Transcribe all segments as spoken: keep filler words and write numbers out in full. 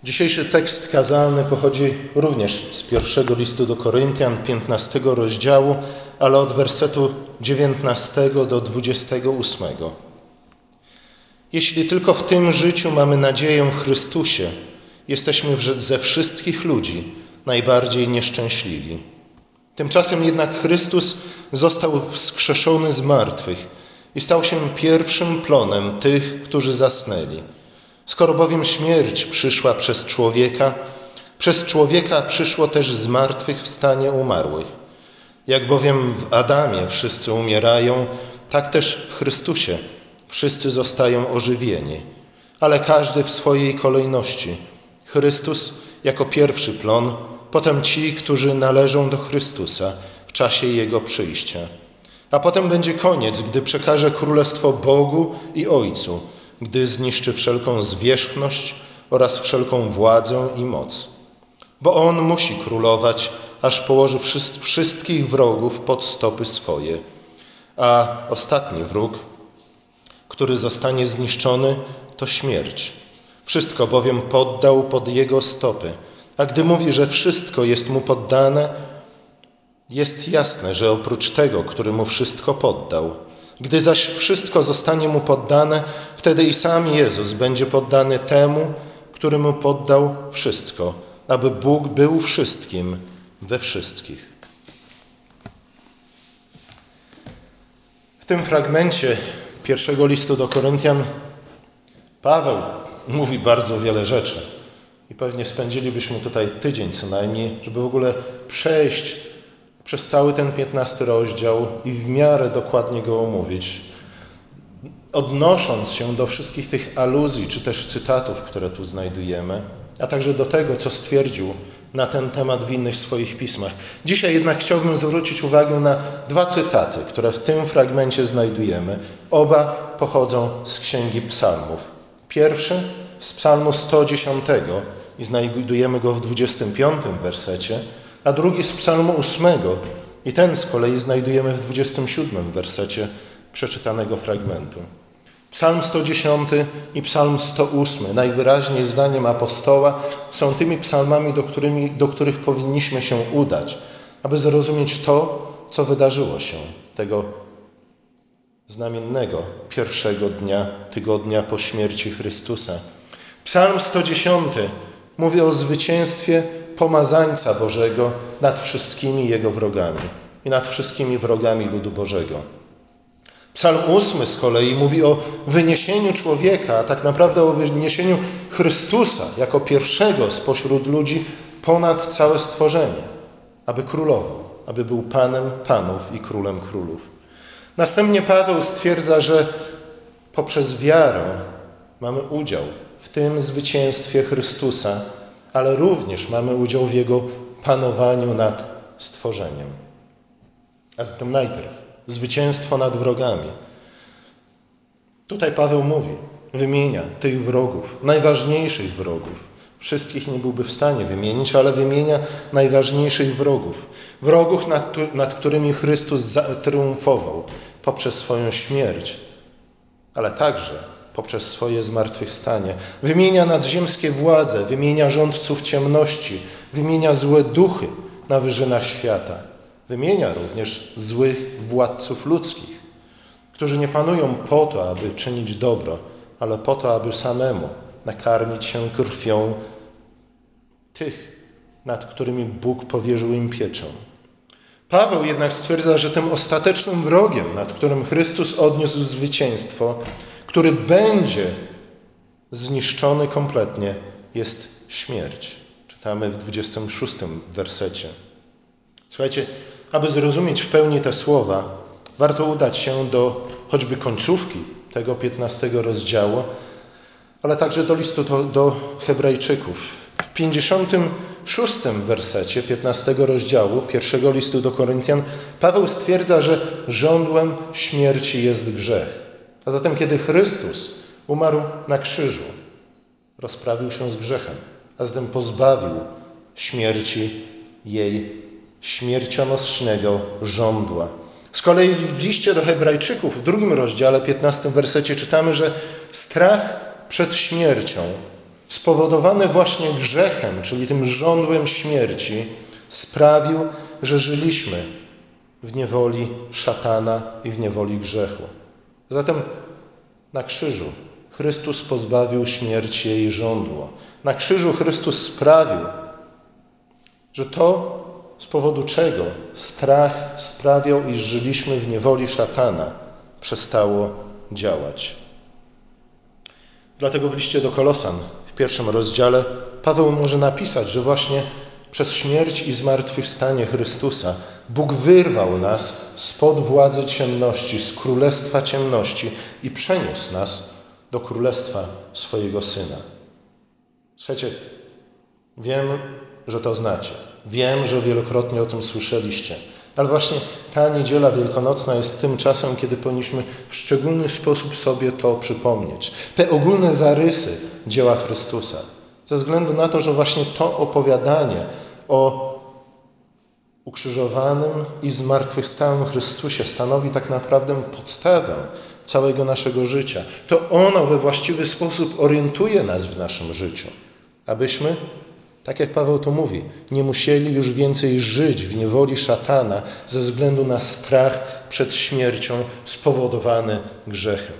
Dzisiejszy tekst kazalny pochodzi również z pierwszego listu do Koryntian, piętnastego rozdziału, ale od wersetu dziewiętnastego do dwudziestego ósmego. Jeśli tylko w tym życiu mamy nadzieję w Chrystusie, jesteśmy ze wszystkich ludzi najbardziej nieszczęśliwi. Tymczasem jednak Chrystus został wskrzeszony z martwych i stał się pierwszym plonem tych, którzy zasnęli. Skoro bowiem śmierć przyszła przez człowieka, przez człowieka przyszło też zmartwychwstanie umarłych. Jak bowiem w Adamie wszyscy umierają, tak też w Chrystusie wszyscy zostają ożywieni, ale każdy w swojej kolejności. Chrystus jako pierwszy plon, potem ci, którzy należą do Chrystusa w czasie Jego przyjścia. A potem będzie koniec, gdy przekaże królestwo Bogu i Ojcu, gdy zniszczy wszelką zwierzchność oraz wszelką władzę i moc. Bo On musi królować, aż położy wszystkich wrogów pod stopy swoje. A ostatni wróg, który zostanie zniszczony, to śmierć. Wszystko bowiem poddał pod Jego stopy. A gdy mówi, że wszystko jest Mu poddane, jest jasne, że oprócz tego, który Mu wszystko poddał. Gdy zaś wszystko zostanie Mu poddane, wtedy i sam Jezus będzie poddany temu, który Mu poddał wszystko, aby Bóg był wszystkim we wszystkich. W tym fragmencie pierwszego listu do Koryntian Paweł mówi bardzo wiele rzeczy i pewnie spędzilibyśmy tutaj tydzień co najmniej, żeby w ogóle przejść przez cały ten piętnasty rozdział i w miarę dokładnie go omówić, odnosząc się do wszystkich tych aluzji czy też cytatów, które tu znajdujemy, a także do tego, co stwierdził na ten temat w innych swoich pismach. Dzisiaj jednak chciałbym zwrócić uwagę na dwa cytaty, które w tym fragmencie znajdujemy. Oba pochodzą z Księgi Psalmów. Pierwszy z Psalmu sto dziesiątego i znajdujemy go w dwudziestym piątym wersecie, a drugi z Psalmu ósmego i ten z kolei znajdujemy w dwudziestym siódmym wersecie przeczytanego fragmentu. Psalm sto dziesiąty i Psalm sto ósmy, najwyraźniej zdaniem apostoła, są tymi psalmami, do, którymi, do których powinniśmy się udać, aby zrozumieć to, co wydarzyło się tego znamiennego pierwszego dnia tygodnia po śmierci Chrystusa. Psalm sto dziesiąty mówi o zwycięstwie pomazańca Bożego nad wszystkimi jego wrogami i nad wszystkimi wrogami ludu Bożego. Psalm ósmy z kolei mówi o wyniesieniu człowieka, a tak naprawdę o wyniesieniu Chrystusa jako pierwszego spośród ludzi ponad całe stworzenie, aby królował, aby był Panem Panów i Królem Królów. Następnie Paweł stwierdza, że poprzez wiarę mamy udział w tym zwycięstwie Chrystusa, ale również mamy udział w Jego panowaniu nad stworzeniem. A zatem najpierw zwycięstwo nad wrogami. Tutaj Paweł mówi, wymienia tych wrogów, najważniejszych wrogów. Wszystkich nie byłby w stanie wymienić, ale wymienia najważniejszych wrogów. Wrogów, nad, nad którymi Chrystus triumfował poprzez swoją śmierć, ale także poprzez swoje zmartwychwstanie. Wymienia nadziemskie władze, wymienia rządców ciemności, wymienia złe duchy na wyżynach świata. Wymienia również złych władców ludzkich, którzy nie panują po to, aby czynić dobro, ale po to, aby samemu nakarmić się krwią tych, nad którymi Bóg powierzył im pieczę. Paweł jednak stwierdza, że tym ostatecznym wrogiem, nad którym Chrystus odniósł zwycięstwo, który będzie zniszczony kompletnie, jest śmierć. Czytamy w dwudziestym szóstym wersecie. Słuchajcie, aby zrozumieć w pełni te słowa, warto udać się do choćby końcówki tego piętnastego rozdziału, ale także do listu do, do Hebrajczyków. W pięćdziesiątym szóstym wersecie piętnastego rozdziału pierwszego listu do Koryntian Paweł stwierdza, że żądłem śmierci jest grzech. A zatem kiedy Chrystus umarł na krzyżu, rozprawił się z grzechem, a zatem pozbawił śmierci jej śmiercionośnego żądła. Z kolei w liście do Hebrajczyków w drugim rozdziale, piętnastym wersecie czytamy, że strach przed śmiercią spowodowany właśnie grzechem, czyli tym żądłem śmierci, sprawił, że żyliśmy w niewoli szatana i w niewoli grzechu. Zatem na krzyżu Chrystus pozbawił śmierci jej żądło. Na krzyżu Chrystus sprawił, że to, z powodu czego strach sprawiał, iż żyliśmy w niewoli szatana, przestało działać. Dlatego w liście do Kolosan w pierwszym rozdziale Paweł może napisać, że właśnie przez śmierć i zmartwychwstanie Chrystusa Bóg wyrwał nas spod władzy ciemności, z królestwa ciemności i przeniósł nas do królestwa swojego Syna. Słuchajcie, wiem, że to znacie. Wiem, że wielokrotnie o tym słyszeliście. Ale właśnie ta niedziela wielkanocna jest tym czasem, kiedy powinniśmy w szczególny sposób sobie to przypomnieć. Te ogólne zarysy dzieła Chrystusa. Ze względu na to, że właśnie to opowiadanie o ukrzyżowanym i zmartwychwstałym Chrystusie stanowi tak naprawdę podstawę całego naszego życia. To ono we właściwy sposób orientuje nas w naszym życiu, abyśmy, tak jak Paweł to mówi, nie musieli już więcej żyć w niewoli szatana ze względu na strach przed śmiercią spowodowany grzechem.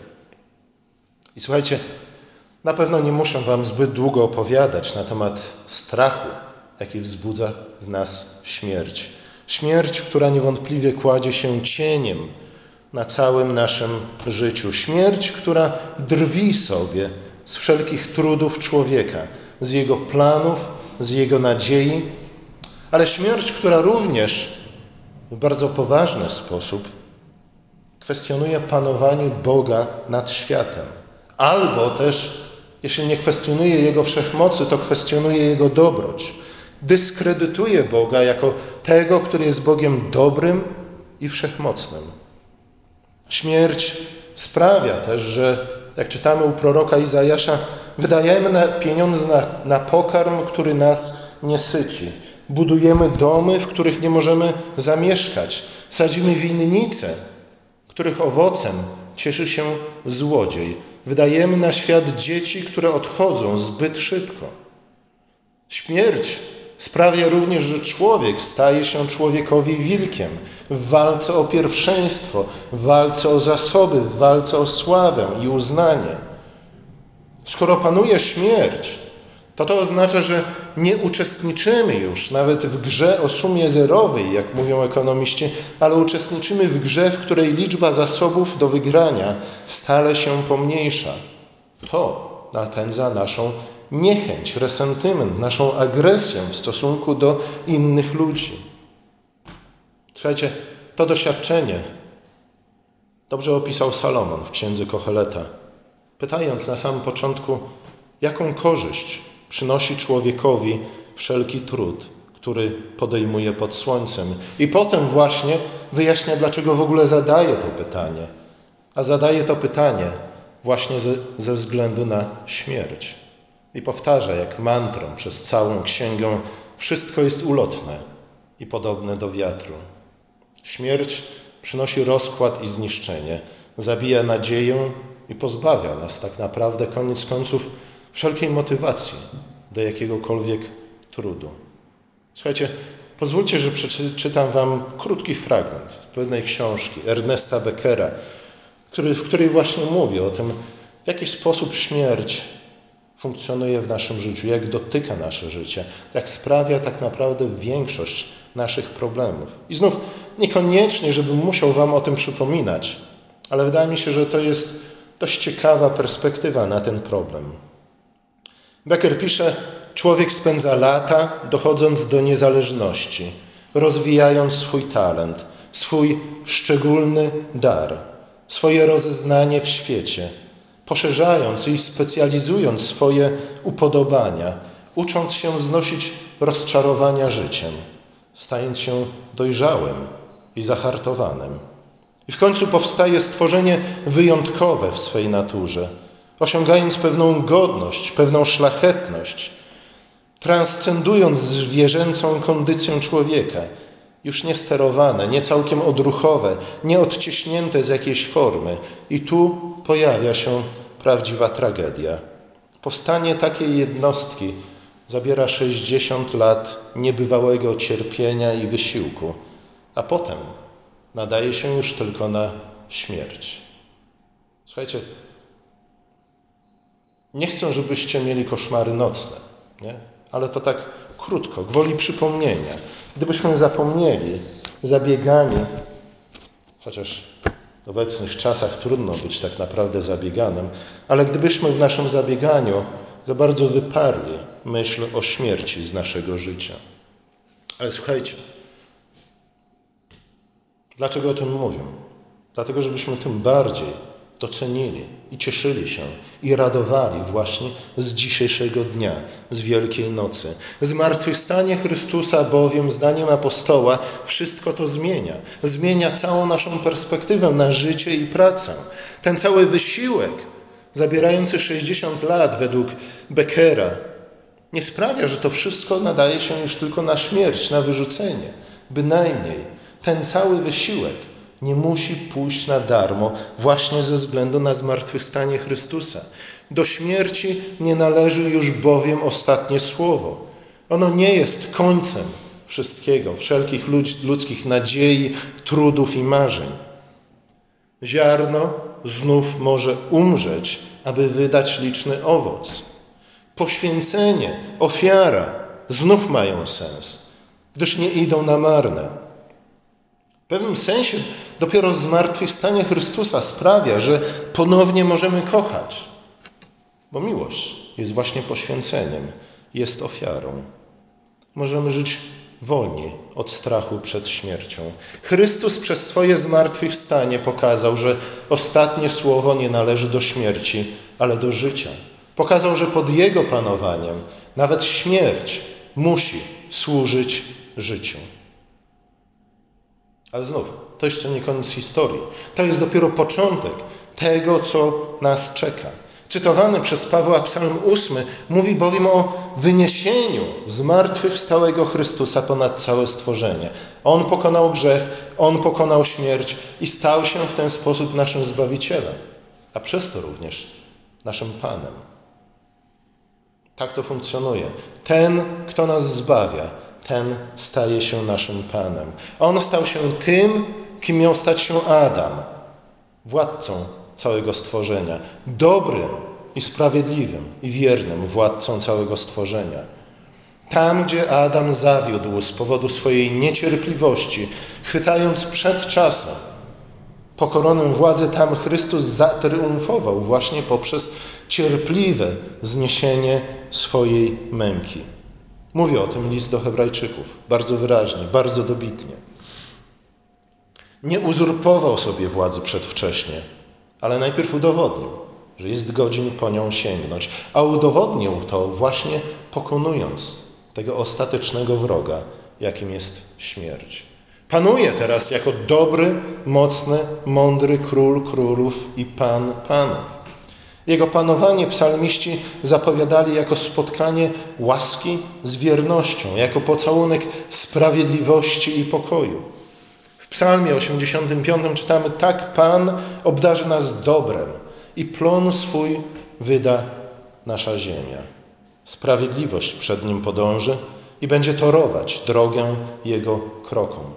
I słuchajcie, na pewno nie muszę wam zbyt długo opowiadać na temat strachu, jaki wzbudza w nas śmierć. Śmierć, która niewątpliwie kładzie się cieniem na całym naszym życiu. Śmierć, która drwi sobie z wszelkich trudów człowieka, z jego planów, z jego nadziei, ale śmierć, która również w bardzo poważny sposób kwestionuje panowanie Boga nad światem. Albo też, jeśli nie kwestionuje Jego wszechmocy, to kwestionuje Jego dobroć. Dyskredytuje Boga jako tego, który jest Bogiem dobrym i wszechmocnym. Śmierć sprawia też, że, jak czytamy u proroka Izajasza, wydajemy na pieniądze na, na pokarm, który nas nie syci. Budujemy domy, w których nie możemy zamieszkać. Sadzimy winnice, których owocem cieszy się złodziej. Wydajemy na świat dzieci, które odchodzą zbyt szybko. Śmierć sprawia również, że człowiek staje się człowiekowi wilkiem w walce o pierwszeństwo, w walce o zasoby, w walce o sławę i uznanie. Skoro panuje śmierć, to to oznacza, że nie uczestniczymy już nawet w grze o sumie zerowej, jak mówią ekonomiści, ale uczestniczymy w grze, w której liczba zasobów do wygrania stale się pomniejsza. To napędza naszą niechęć, resentyment, naszą agresję w stosunku do innych ludzi. Słuchajcie, to doświadczenie dobrze opisał Salomon w księdze Koheleta, pytając na samym początku, jaką korzyść przynosi człowiekowi wszelki trud, który podejmuje pod słońcem. I potem właśnie wyjaśnia, dlaczego w ogóle zadaje to pytanie. A zadaje to pytanie właśnie ze, ze względu na śmierć. I powtarza jak mantrą przez całą księgę: wszystko jest ulotne i podobne do wiatru. Śmierć przynosi rozkład i zniszczenie, zabija nadzieję i pozbawia nas tak naprawdę, koniec końców, wszelkiej motywacji do jakiegokolwiek trudu. Słuchajcie, pozwólcie, że przeczytam wam krótki fragment z pewnej książki Ernesta Beckera, który, w której właśnie mówi o tym, w jaki sposób śmierć funkcjonuje w naszym życiu, jak dotyka nasze życie, jak sprawia tak naprawdę większość naszych problemów. I znów niekoniecznie, żebym musiał wam o tym przypominać, ale wydaje mi się, że to jest dość ciekawa perspektywa na ten problem. Becker pisze: człowiek spędza lata dochodząc do niezależności, rozwijając swój talent, swój szczególny dar, swoje rozeznanie w świecie, poszerzając i specjalizując swoje upodobania, ucząc się znosić rozczarowania życiem, stając się dojrzałym i zahartowanym. I w końcu powstaje stworzenie wyjątkowe w swej naturze, osiągając pewną godność, pewną szlachetność, transcendując zwierzęcą kondycję człowieka, już nie sterowane, nie całkiem odruchowe, nie odciśnięte z jakiejś formy. I tu pojawia się prawdziwa tragedia. Powstanie takiej jednostki zabiera sześćdziesiąt lat niebywałego cierpienia i wysiłku, a potem nadaje się już tylko na śmierć. Słuchajcie, nie chcę, żebyście mieli koszmary nocne, nie? Ale to tak krótko, gwoli przypomnienia. Gdybyśmy zapomnieli zabieganie, chociaż w obecnych czasach trudno być tak naprawdę zabieganym, ale gdybyśmy w naszym zabieganiu za bardzo wyparli myśl o śmierci z naszego życia. Ale słuchajcie, dlaczego o tym mówię? Dlatego, żebyśmy tym bardziej docenili i cieszyli się i radowali właśnie z dzisiejszego dnia, z Wielkiej Nocy. Zmartwychwstanie Chrystusa bowiem, zdaniem apostoła, wszystko to zmienia. Zmienia całą naszą perspektywę na życie i pracę. Ten cały wysiłek, zabierający sześćdziesiąt lat według Beckera, nie sprawia, że to wszystko nadaje się już tylko na śmierć, na wyrzucenie. Bynajmniej ten cały wysiłek nie musi pójść na darmo właśnie ze względu na zmartwychwstanie Chrystusa. Do śmierci nie należy już bowiem ostatnie słowo. Ono nie jest końcem wszystkiego, wszelkich ludzkich nadziei, trudów i marzeń. Ziarno znów może umrzeć, aby wydać liczny owoc. Poświęcenie, ofiara znów mają sens, gdyż nie idą na marne. W pewnym sensie dopiero zmartwychwstanie Chrystusa sprawia, że ponownie możemy kochać, bo miłość jest właśnie poświęceniem, jest ofiarą. Możemy żyć wolni od strachu przed śmiercią. Chrystus przez swoje zmartwychwstanie pokazał, że ostatnie słowo nie należy do śmierci, ale do życia. Pokazał, że pod Jego panowaniem nawet śmierć musi służyć życiu. Ale znów, to jeszcze nie koniec historii. To jest dopiero początek tego, co nas czeka. Cytowany przez Pawła Psalm ósmy mówi bowiem o wyniesieniu zmartwychwstałego Chrystusa ponad całe stworzenie. On pokonał grzech, On pokonał śmierć i stał się w ten sposób naszym Zbawicielem, a przez to również naszym Panem. Tak to funkcjonuje. Ten, kto nas zbawia, ten staje się naszym Panem. On stał się tym, kim miał stać się Adam, władcą całego stworzenia, dobrym i sprawiedliwym i wiernym władcą całego stworzenia. Tam, gdzie Adam zawiódł z powodu swojej niecierpliwości, chwytając przed czasem pokoronę władzy, tam Chrystus zatriumfował właśnie poprzez cierpliwe zniesienie swojej męki. Mówi o tym list do Hebrajczyków bardzo wyraźnie, bardzo dobitnie. Nie uzurpował sobie władzy przedwcześnie, ale najpierw udowodnił, że jest godzin po nią sięgnąć, a udowodnił to właśnie pokonując tego ostatecznego wroga, jakim jest śmierć. Panuje teraz jako dobry, mocny, mądry król królów i pan panów. Jego panowanie psalmiści zapowiadali jako spotkanie łaski z wiernością, jako pocałunek sprawiedliwości i pokoju. W psalmie osiemdziesiątym piątym czytamy: tak Pan obdarzy nas dobrem i plon swój wyda nasza ziemia. Sprawiedliwość przed Nim podąży i będzie torować drogę Jego krokom.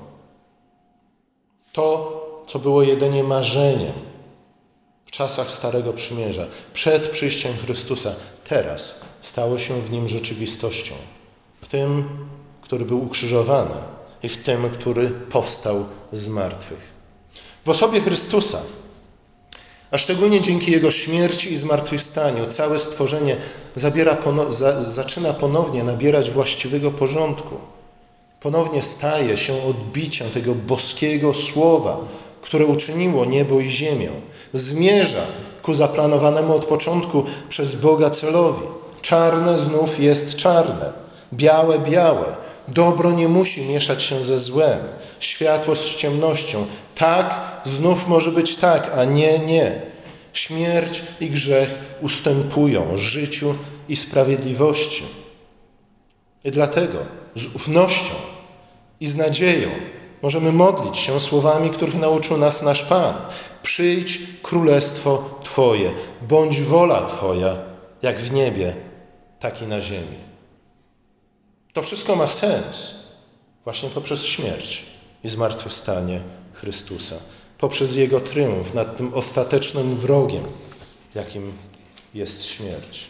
To, co było jedynie marzeniem w czasach Starego Przymierza, przed przyjściem Chrystusa, teraz stało się w Nim rzeczywistością. W tym, który był ukrzyżowany i w tym, który powstał z martwych. W osobie Chrystusa, a szczególnie dzięki Jego śmierci i zmartwychwstaniu, całe stworzenie zabiera, pono, za, zaczyna ponownie nabierać właściwego porządku. Ponownie staje się odbiciem tego boskiego słowa, które uczyniło niebo i ziemię. Zmierza ku zaplanowanemu od początku przez Boga celowi. Czarne znów jest czarne, białe białe. Dobro nie musi mieszać się ze złem, światło z ciemnością. Tak znów może być tak, a nie, nie. Śmierć i grzech ustępują życiu i sprawiedliwości. I dlatego z ufnością i z nadzieją możemy modlić się słowami, których nauczył nas nasz Pan. Przyjdź królestwo Twoje, bądź wola Twoja, jak w niebie, tak i na ziemi. To wszystko ma sens właśnie poprzez śmierć i zmartwychwstanie Chrystusa, poprzez Jego tryumf nad tym ostatecznym wrogiem, jakim jest śmierć.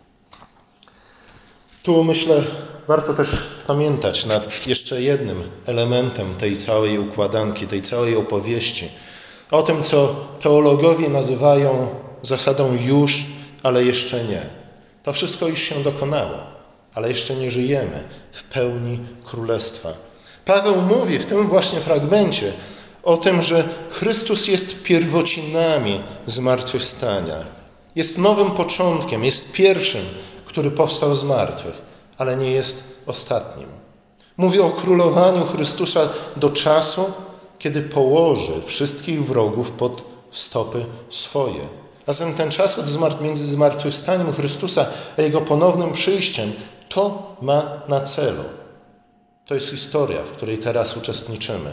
Tu, myślę, warto też pamiętać nad jeszcze jednym elementem tej całej układanki, tej całej opowieści. O tym, co teologowie nazywają zasadą już, ale jeszcze nie. To wszystko już się dokonało, ale jeszcze nie żyjemy w pełni Królestwa. Paweł mówi w tym właśnie fragmencie o tym, że Chrystus jest pierwocinami zmartwychwstania. Jest nowym początkiem, jest pierwszym, który powstał z martwych, ale nie jest ostatnim. Mówi o królowaniu Chrystusa do czasu, kiedy położy wszystkich wrogów pod stopy swoje. A zatem ten czas od zmart- między zmartwychwstaniem Chrystusa a Jego ponownym przyjściem, to ma na celu. To jest historia, w której teraz uczestniczymy.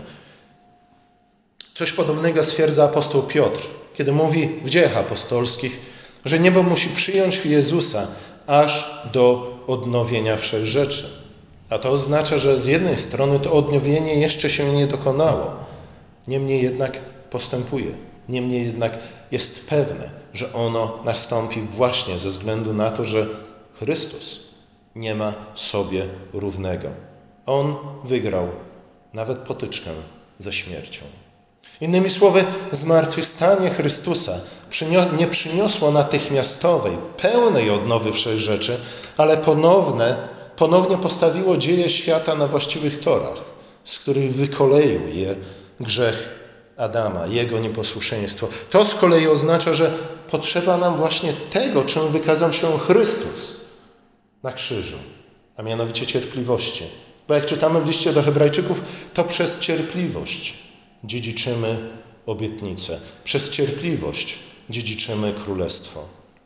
Coś podobnego stwierdza apostoł Piotr, kiedy mówi w Dziejach Apostolskich, że niebo musi przyjąć Jezusa aż do odnowienia wszechrzeczy. A to oznacza, że z jednej strony to odnowienie jeszcze się nie dokonało, niemniej jednak postępuje. Niemniej jednak jest pewne, że ono nastąpi właśnie ze względu na to, że Chrystus nie ma sobie równego. On wygrał nawet potyczkę ze śmiercią. Innymi słowy, zmartwychwstanie Chrystusa nie przyniosło natychmiastowej, pełnej odnowy wszechrzeczy, ale ponowne, ponownie postawiło dzieje świata na właściwych torach, z których wykoleił je grzech Adama, jego nieposłuszeństwo. To z kolei oznacza, że potrzeba nam właśnie tego, czym wykazał się Chrystus na krzyżu, a mianowicie cierpliwości. Bo jak czytamy w liście do Hebrajczyków, to przez cierpliwość dziedziczymy obietnicę. Przez cierpliwość dziedziczymy królestwo.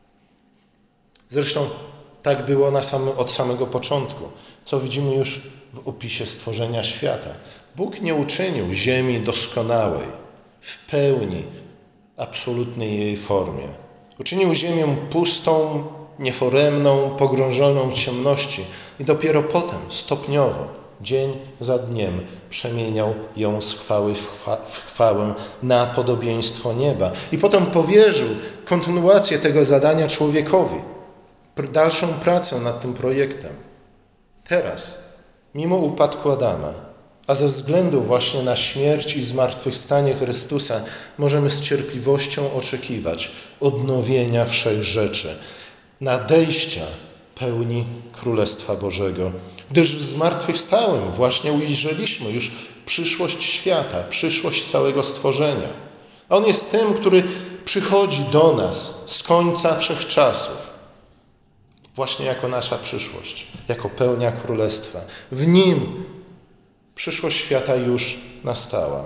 Zresztą tak było na samym, od samego początku, co widzimy już w opisie stworzenia świata. Bóg nie uczynił ziemi doskonałej, w pełni, absolutnej jej formie. Uczynił ziemię pustą, nieforemną, pogrążoną w ciemności i dopiero potem, stopniowo, dzień za dniem przemieniał ją z chwały w chwałę na podobieństwo nieba. I potem powierzył kontynuację tego zadania człowiekowi, dalszą pracę nad tym projektem. Teraz, mimo upadku Adama, a ze względu właśnie na śmierć i zmartwychwstanie Chrystusa, możemy z cierpliwością oczekiwać odnowienia wszechrzeczy, nadejścia pełni Królestwa Bożego. Gdyż w zmartwychwstałym właśnie ujrzeliśmy już przyszłość świata, przyszłość całego stworzenia. On jest tym, który przychodzi do nas z końca wszechczasów. Właśnie jako nasza przyszłość, jako pełnia Królestwa. W Nim przyszłość świata już nastała.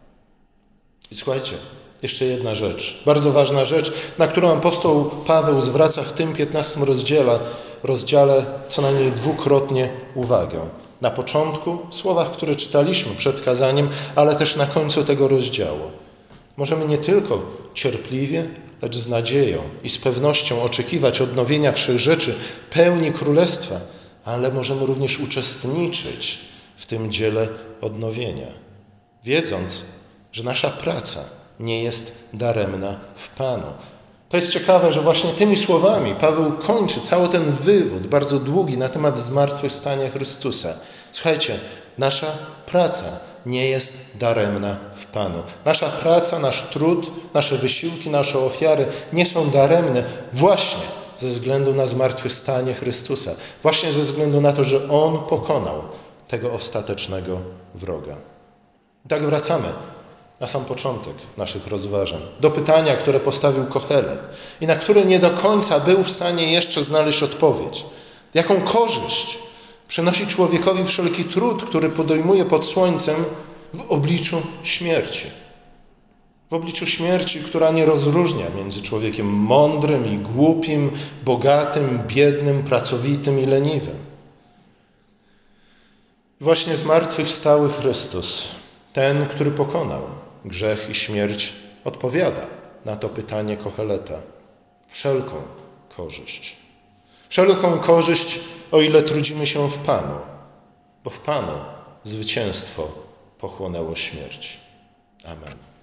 I słuchajcie, jeszcze jedna rzecz, bardzo ważna rzecz, na którą apostoł Paweł zwraca w tym piętnastym rozdziale, rozdziale co najmniej dwukrotnie uwagę. Na początku, w słowach, które czytaliśmy przed kazaniem, ale też na końcu tego rozdziału. Możemy nie tylko cierpliwie, lecz z nadzieją i z pewnością oczekiwać odnowienia wszechrzeczy, pełni Królestwa, ale możemy również uczestniczyć w tym dziele odnowienia, wiedząc, że nasza praca nie jest daremna w Panu. To jest ciekawe, że właśnie tymi słowami Paweł kończy cały ten wywód, bardzo długi, na temat zmartwychwstania Chrystusa. Słuchajcie, nasza praca nie jest daremna w Panu. Nasza praca, nasz trud, nasze wysiłki, nasze ofiary nie są daremne właśnie ze względu na zmartwychwstanie Chrystusa. Właśnie ze względu na to, że On pokonał tego ostatecznego wroga. I tak wracamy na sam początek naszych rozważań, do pytania, które postawił Kohelet i na które nie do końca był w stanie jeszcze znaleźć odpowiedź. Jaką korzyść przynosi człowiekowi wszelki trud, który podejmuje pod słońcem w obliczu śmierci? W obliczu śmierci, która nie rozróżnia między człowiekiem mądrym i głupim, bogatym, biednym, pracowitym i leniwym. Właśnie zmartwychwstały Chrystus, ten, który pokonał grzech i śmierć, odpowiada na to pytanie Koheleta. Wszelką korzyść Wszelką korzyść, o ile trudzimy się w Panu, bo w Panu zwycięstwo pochłonęło śmierć. Amen.